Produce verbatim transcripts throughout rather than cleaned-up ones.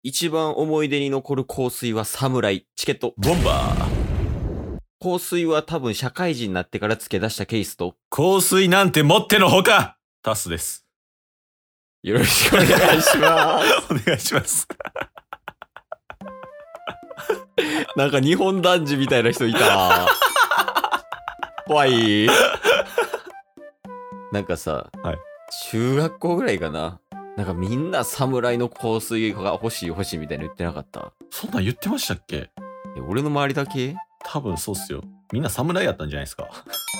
一番思い出に残る香水は侍。チケット。 ボンバー。 香水は多分社会人になってから付け出したケースと。 香水なんて持ってのほか。タスです。 よろしくお願いします。 お願いします。 なんか日本男児みたいな人いた。怖い。なんかさ、 はい、 中学校ぐらいかな。なんかみんな侍の香水が欲しい欲しいみたいに言ってなかった？ そんなん言ってましたっけ？ え、俺の周りだけ？ 多分そうっすよ。みんな侍やったんじゃないですか。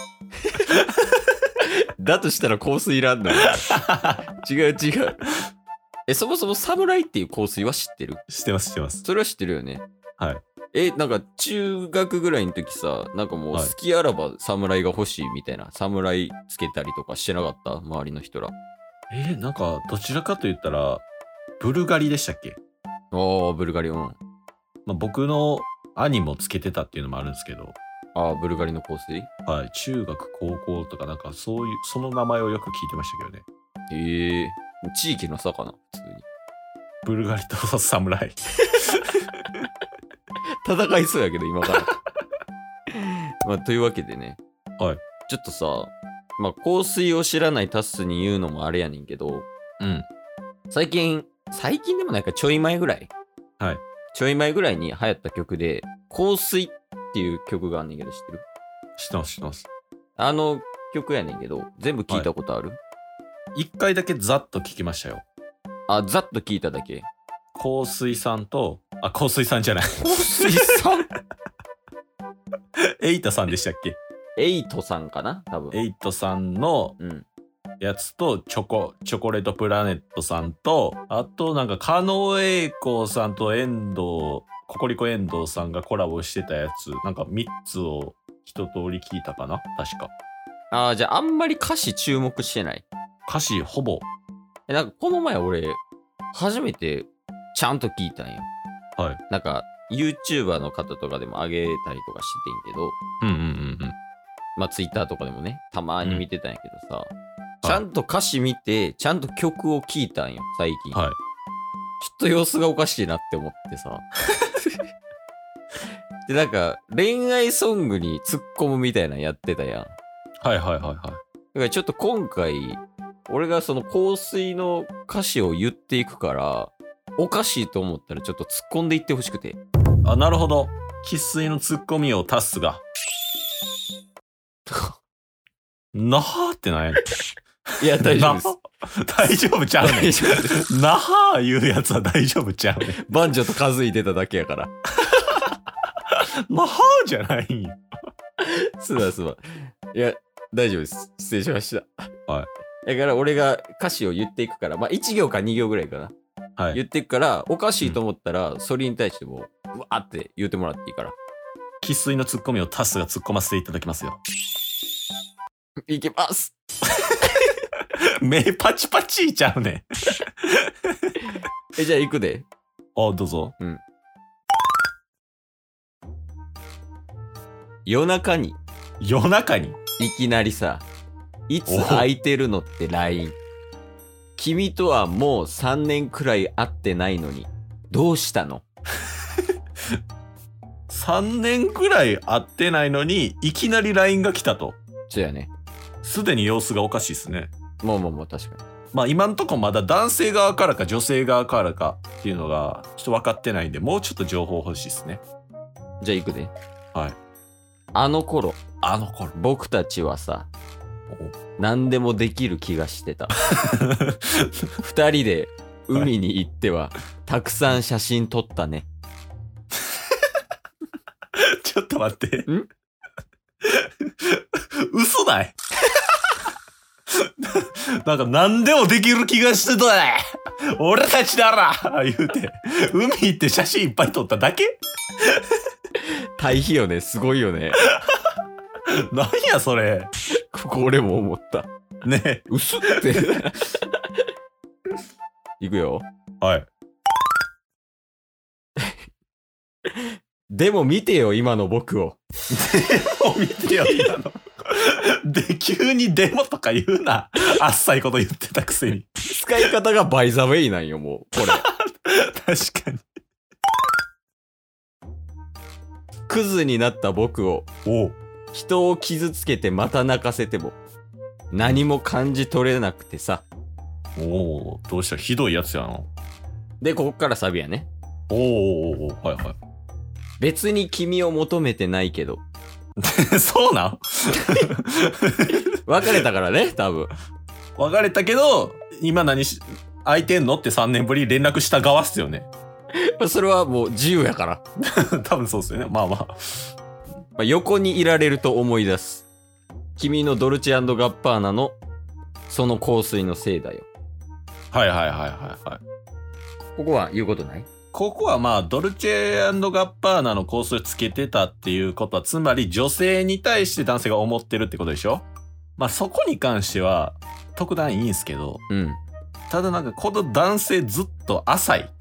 だとしたら香水いらんの？違う違う。え、そもそも侍っていう香水は知ってる？ 知ってます知ってます。 それは知ってるよね。 はい。 え、なんか中学ぐらいの時さ、なんかもう好きあらば侍が欲しいみたいな、はい、侍つけたりとかしてなかった？周りの人ら。 えー、なんかどちらかと言ったらブルガリでしたっけ？ ああ、ブルガリ。うん。 まあ、僕の兄もつけてたっていうのもあるんですけど。 ああ、ブルガリの香水？ はい。中学高校とかなんかそういうその名前をよく聞いてましたけどね。 へえー、地域の差かな普通に。 ブルガリと侍。 戦いそうやけど今から。まあというわけでね。 はい。 ちょっとさ、まあ香水を知らないタスに言うのもあれやねんけど、 うん。 最近最近でもないかちょい前ぐらい。 はい。 ちょい前ぐらいに流行った曲で香水っていう曲があんねんけど知ってる？ 知ってます知ってます。 あの曲やねんけど全部聞いたことある？ 一、はい、回だけざっと聞きましたよ。 あ、ざっと聞いただけ。 香水さんと、あ、香水さんじゃない。 香水さんエイトさんでしたっけ？ エイトさんかな多分。 エイトさんのやつと、チョコ、チョコレートプラネットさんと、あとなんか、狩野英孝さんと遠藤、ココリコ遠藤さんがコラボしてたやつ、なんかみっつを一通り聞いたかな確か。 ああ、じゃああんまり歌詞注目してない？ 歌詞ほぼ。 え、なんかこの前俺、初めてちゃんと聞いたんよ。 はい。 なんか、YouTuber の方とかでも上げたりとかしててんけど、 うんうんうんうん。 まあ Twitter とかでもね、たまに見てたんやけどさ、うん、ちゃんと歌詞見て、ちゃんと曲を聴いたんよ、最近。 はい。 ちょっと様子がおかしいなって思ってさ。で、なんか、恋愛ソングに突っ込むみたいなのやってたやん。 はいはいはいはい。だからちょっと今回、俺がその香水の歌詞を言っていくから、おかしいと思ったらちょっと突っ込んでいってほしくて。 あ、なるほど。生粋の突っ込みをタスが。なはーってなんやねん。 いや、大丈夫です。 大丈夫ちゃうねん。 大丈夫です。 なはー言うやつは大丈夫ちゃうねん。 バンジョと数いてただけやから。 なはーじゃないんよ。 すまんすまん。いや、大丈夫です。失礼しました。 はい。 だから俺が歌詞を言っていくから、まあいち行かに行ぐらいかな。はい。言っていくから、おかしいと思ったら、うん、それに対しても、うわーって言ってもらっていいから。 生粋のツッコミをタスが突っ込ませていただきますよ。 いきます。 目パチパチいちゃうねん。 え、じゃあ行くで。 あ、どうぞ。 うん。夜中に。 夜中にいきなりさ、いつ空いてるのって ライン。君とはもうさんねんくらい会ってないのに、どうしたの？ さんねんくらい会ってないのに、いきなり ライン が来たと。 そうやね。 すでに様子がおかしいっすね。 もうもうもう確かに。 まあ今んとこまだ男性側からか女性側からかっていうのがちょっと分かってないんで、もうちょっと情報欲しいっすね。 じゃあ行くで。 はい。 あの頃、 あの頃、 僕たちはさ、何でもできる気がしてた。二人で海に行っては、たくさん写真撮ったね。 ちょっと待って。 ん嘘だい。なんか何でもできる気がしてたね。俺たちなら言うて、海行って写真いっぱい撮っただけ？ 対比よね、すごいよね。 何やそれ。 ここ俺も思った。 ね。 薄って。いくよ。 はい。 でも見てよ、今の僕を。 でも見てよ、今の。で、急にデモとか言うな。あっさいこと言ってたくせに。 使い方がバイザウェイなんよ、もう。これ。 確かに。 クズになった僕をおう。 人を傷つけてまた泣かせても何も感じ取れなくてさ。 おお、どうした、ひどいやつやな。 でここからサビやね。 おーおーおー、はいはい。 別に君を求めてないけどそうなん？ 別れたからね多分。 別れたけど今何し空いてんのってさんねんぶり連絡した側っすよね。 それはもう自由やから。 多分そうっすよね。まあまあ。 まあ、横にいられると思い出す君のドルチェ&ガッパーナのその香水のせいだよ。 はいはいはいはいはい。 ここは言うことない？ ここはまあドルチェ&ガッパーナの香水つけてたっていうことは、つまり女性に対して男性が思ってるってことでしょ。まあそこに関しては特段いいんすけど、 うん。 ただなんかこの男性ずっと浅い。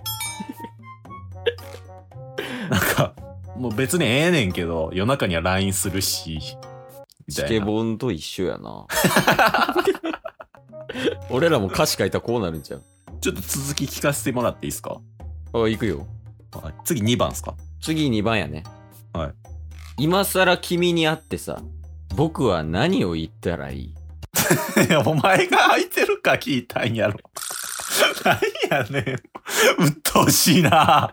なんかもう別にええねんけど夜中には ライン するしみたいな。 チケボンと一緒やな。俺らも歌詞書いたらこうなるんちゃう？ ちょっと続き聞かせてもらっていいですか？ あ、行くよ。 はい、次にばんですか？ 次にばんやね。 はい。 今さら君に会ってさ、僕は何を言ったらいい？ いやお前が空いてるか聞いたんやろ。何やねん。うっとうしいな。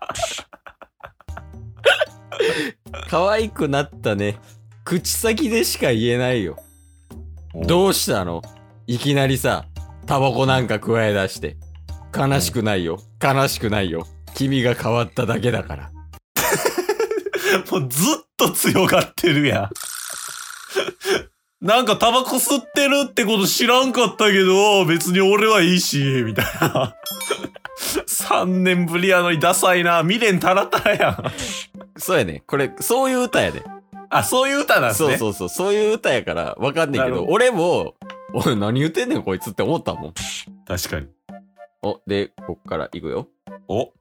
可愛くなったね。口先でしか言えないよ。どうしたの？いきなりさ、タバコなんか加え出して。悲しくないよ。悲しくないよ。君が変わっただけだから。 もうずっと強がってるやん。なんかタバコ吸ってるってこと知らんかったけど、別に俺はいいし、みたいな。さんねんぶりやのにダサいな。未練たらたらやん。 そうやね。これ、そういう歌やで。 あ、そういう歌なんですね。 そうそうそう。そういう歌やからわかんねんけど、 なるほど俺も、おい、何言ってんねんこいつって思ったもん。 確かに。 お、で、こっから行くよ。 お。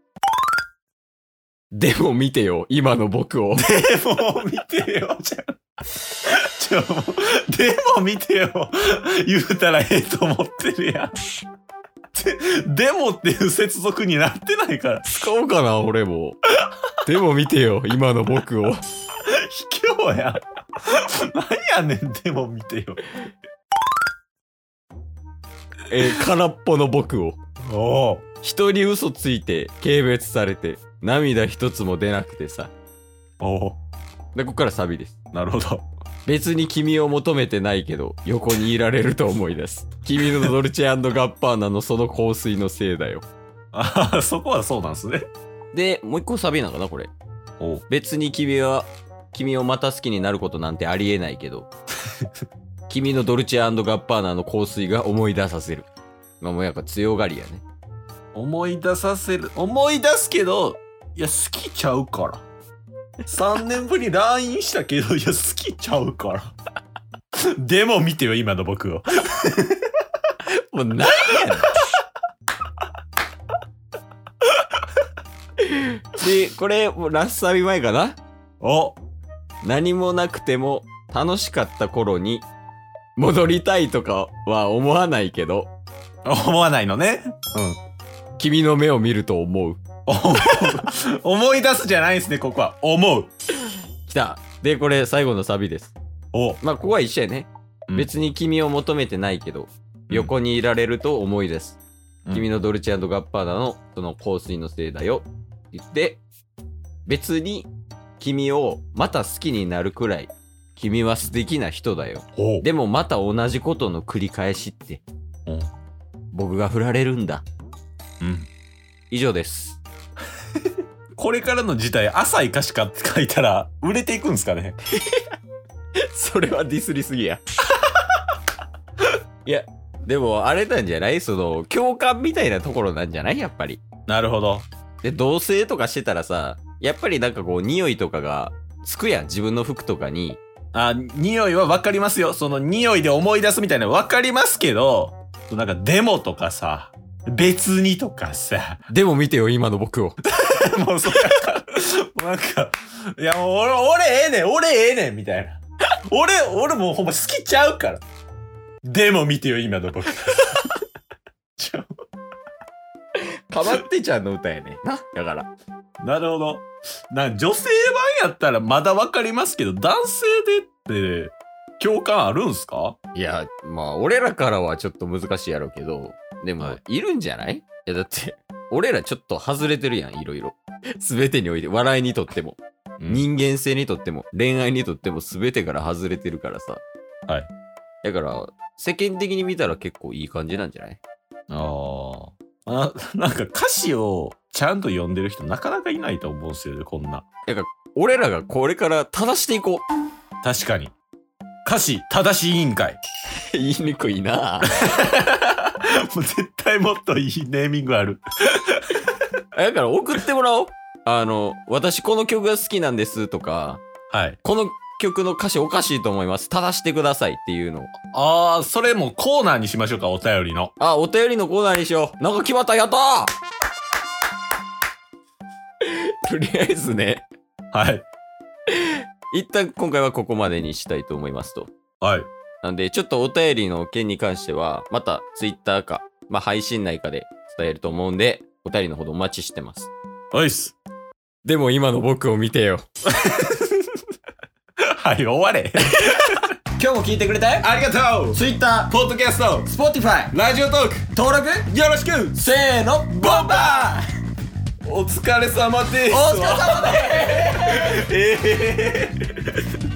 でも見てよ、今の僕を。 でも見てよ、じゃあ。ちょ、でも見てよ。言うたらええと思ってるやん。で、でもっていう接続になってないから。 使おうかな、俺も。でも見てよ、今の僕を。 卑怯や。何やねん、でも見てよ。 えー、空っぽの僕を。 おう。 人に嘘ついて、軽蔑されて、涙一つも出なくてさ。 おう。 で、ここからサビです。 なるほど。 別に君を求めてないけど、横にいられると思い出す。君のドルチェ&ガッパーナのその香水のせいだよ。 ああ、そこはそうなんすね。 で、もう一個サビなのかな、これ。 おう。 別に君は、君をまた好きになることなんてありえないけど、君のドルチェ&ガッパーナの香水が思い出させる。まあもうやっぱ強がりやね。 思い出させる。思い出すけど、いや、好きちゃうから。さんねんぶり ライン したけど、いや、好きちゃうから。でも見てよ、今の僕を。 もう何やねん。で、これ、もうラスサビ前かな。 お。 何もなくても楽しかった頃に戻りたいとかは思わないけど、 思わないのね。 君の目を見ると思う。 うん。思い出すじゃないですね、ここは。思う。 きた。で、これ最後のサビです。 お。 まあ、ここは一緒やね。 うん、 別に君を求めてないけど、横にいられると思い出す。 うん、 君のドルチェ&ガッパーナのその香水のせいだよ。言って、別に君をまた好きになるくらい、君は素敵な人だよ。でもまた同じことの繰り返しって、 うん、 僕が振られるんだ。 うん。 以上です。 これからの時代、浅い歌詞かって書いたら、売れていくんですかね。 それはディスりすぎや。いや、でもあれなんじゃない？その、共感みたいなところなんじゃない？やっぱり。 なるほど。 で、同棲とかしてたらさ、やっぱりなんかこう、匂いとかがつくやん。自分の服とかに。 あ、匂いは分かりますよ。その匂いで思い出すみたいなの分かりますけど、なんかデモとかさ、別にとかさ。 でも見てよ、今の僕を。 もうそれか、なんか、いやもう俺、俺ええねん、俺ええねん、みたいな。俺、俺もうほんま好きちゃうから。でも見てよ、今の僕。ちょかまってちゃんの歌やねんな。だから。 なるほど。な女性版やったらまだわかりますけど、男性でって共感あるんすか？ いや、まあ、俺らからはちょっと難しいやろうけど、でも、はい、いるんじゃない？いや、だって、俺らちょっと外れてるやん、いろいろ。すべてにおいて、笑いにとっても、うん、人間性にとっても、恋愛にとっても、すべてから外れてるからさ。 はい。 だから、世間的に見たら結構いい感じなんじゃない？ ああ。なんか歌詞をちゃんと読んでる人なかなかいないと思うんすよね、こんな。 だから、俺らがこれから正していこう。 確かに。歌詞正しい委員会。 言いにくいなもう絶対もっといいネーミングある。 だから送ってもらおう。あの、私この曲が好きなんですとか、 はい。 この曲の歌詞おかしいと思います。正してくださいっていうのを。 ああ、それもコーナーにしましょうか、お便りの。 あ、お便りのコーナーにしよう。なんか決まった、やったーとりあえずね。 はい。 一旦今回はここまでにしたいと思いますと。 はい。 なんで、ちょっとお便りの件に関しては、またツイッターか、まあ配信内かで伝えると思うんで、お便りのほどお待ちしてます。 おいっす。 でも今の僕を見てよ。 はい、終われ。 今日も聞いてくれてありがとう。ツイッター、 ポッドキャスト、 スポティファイ、 ラジオトーク、 登録よろしく。 せーの、ボンバー。 お疲れ様です。 お疲れ様です。 ええー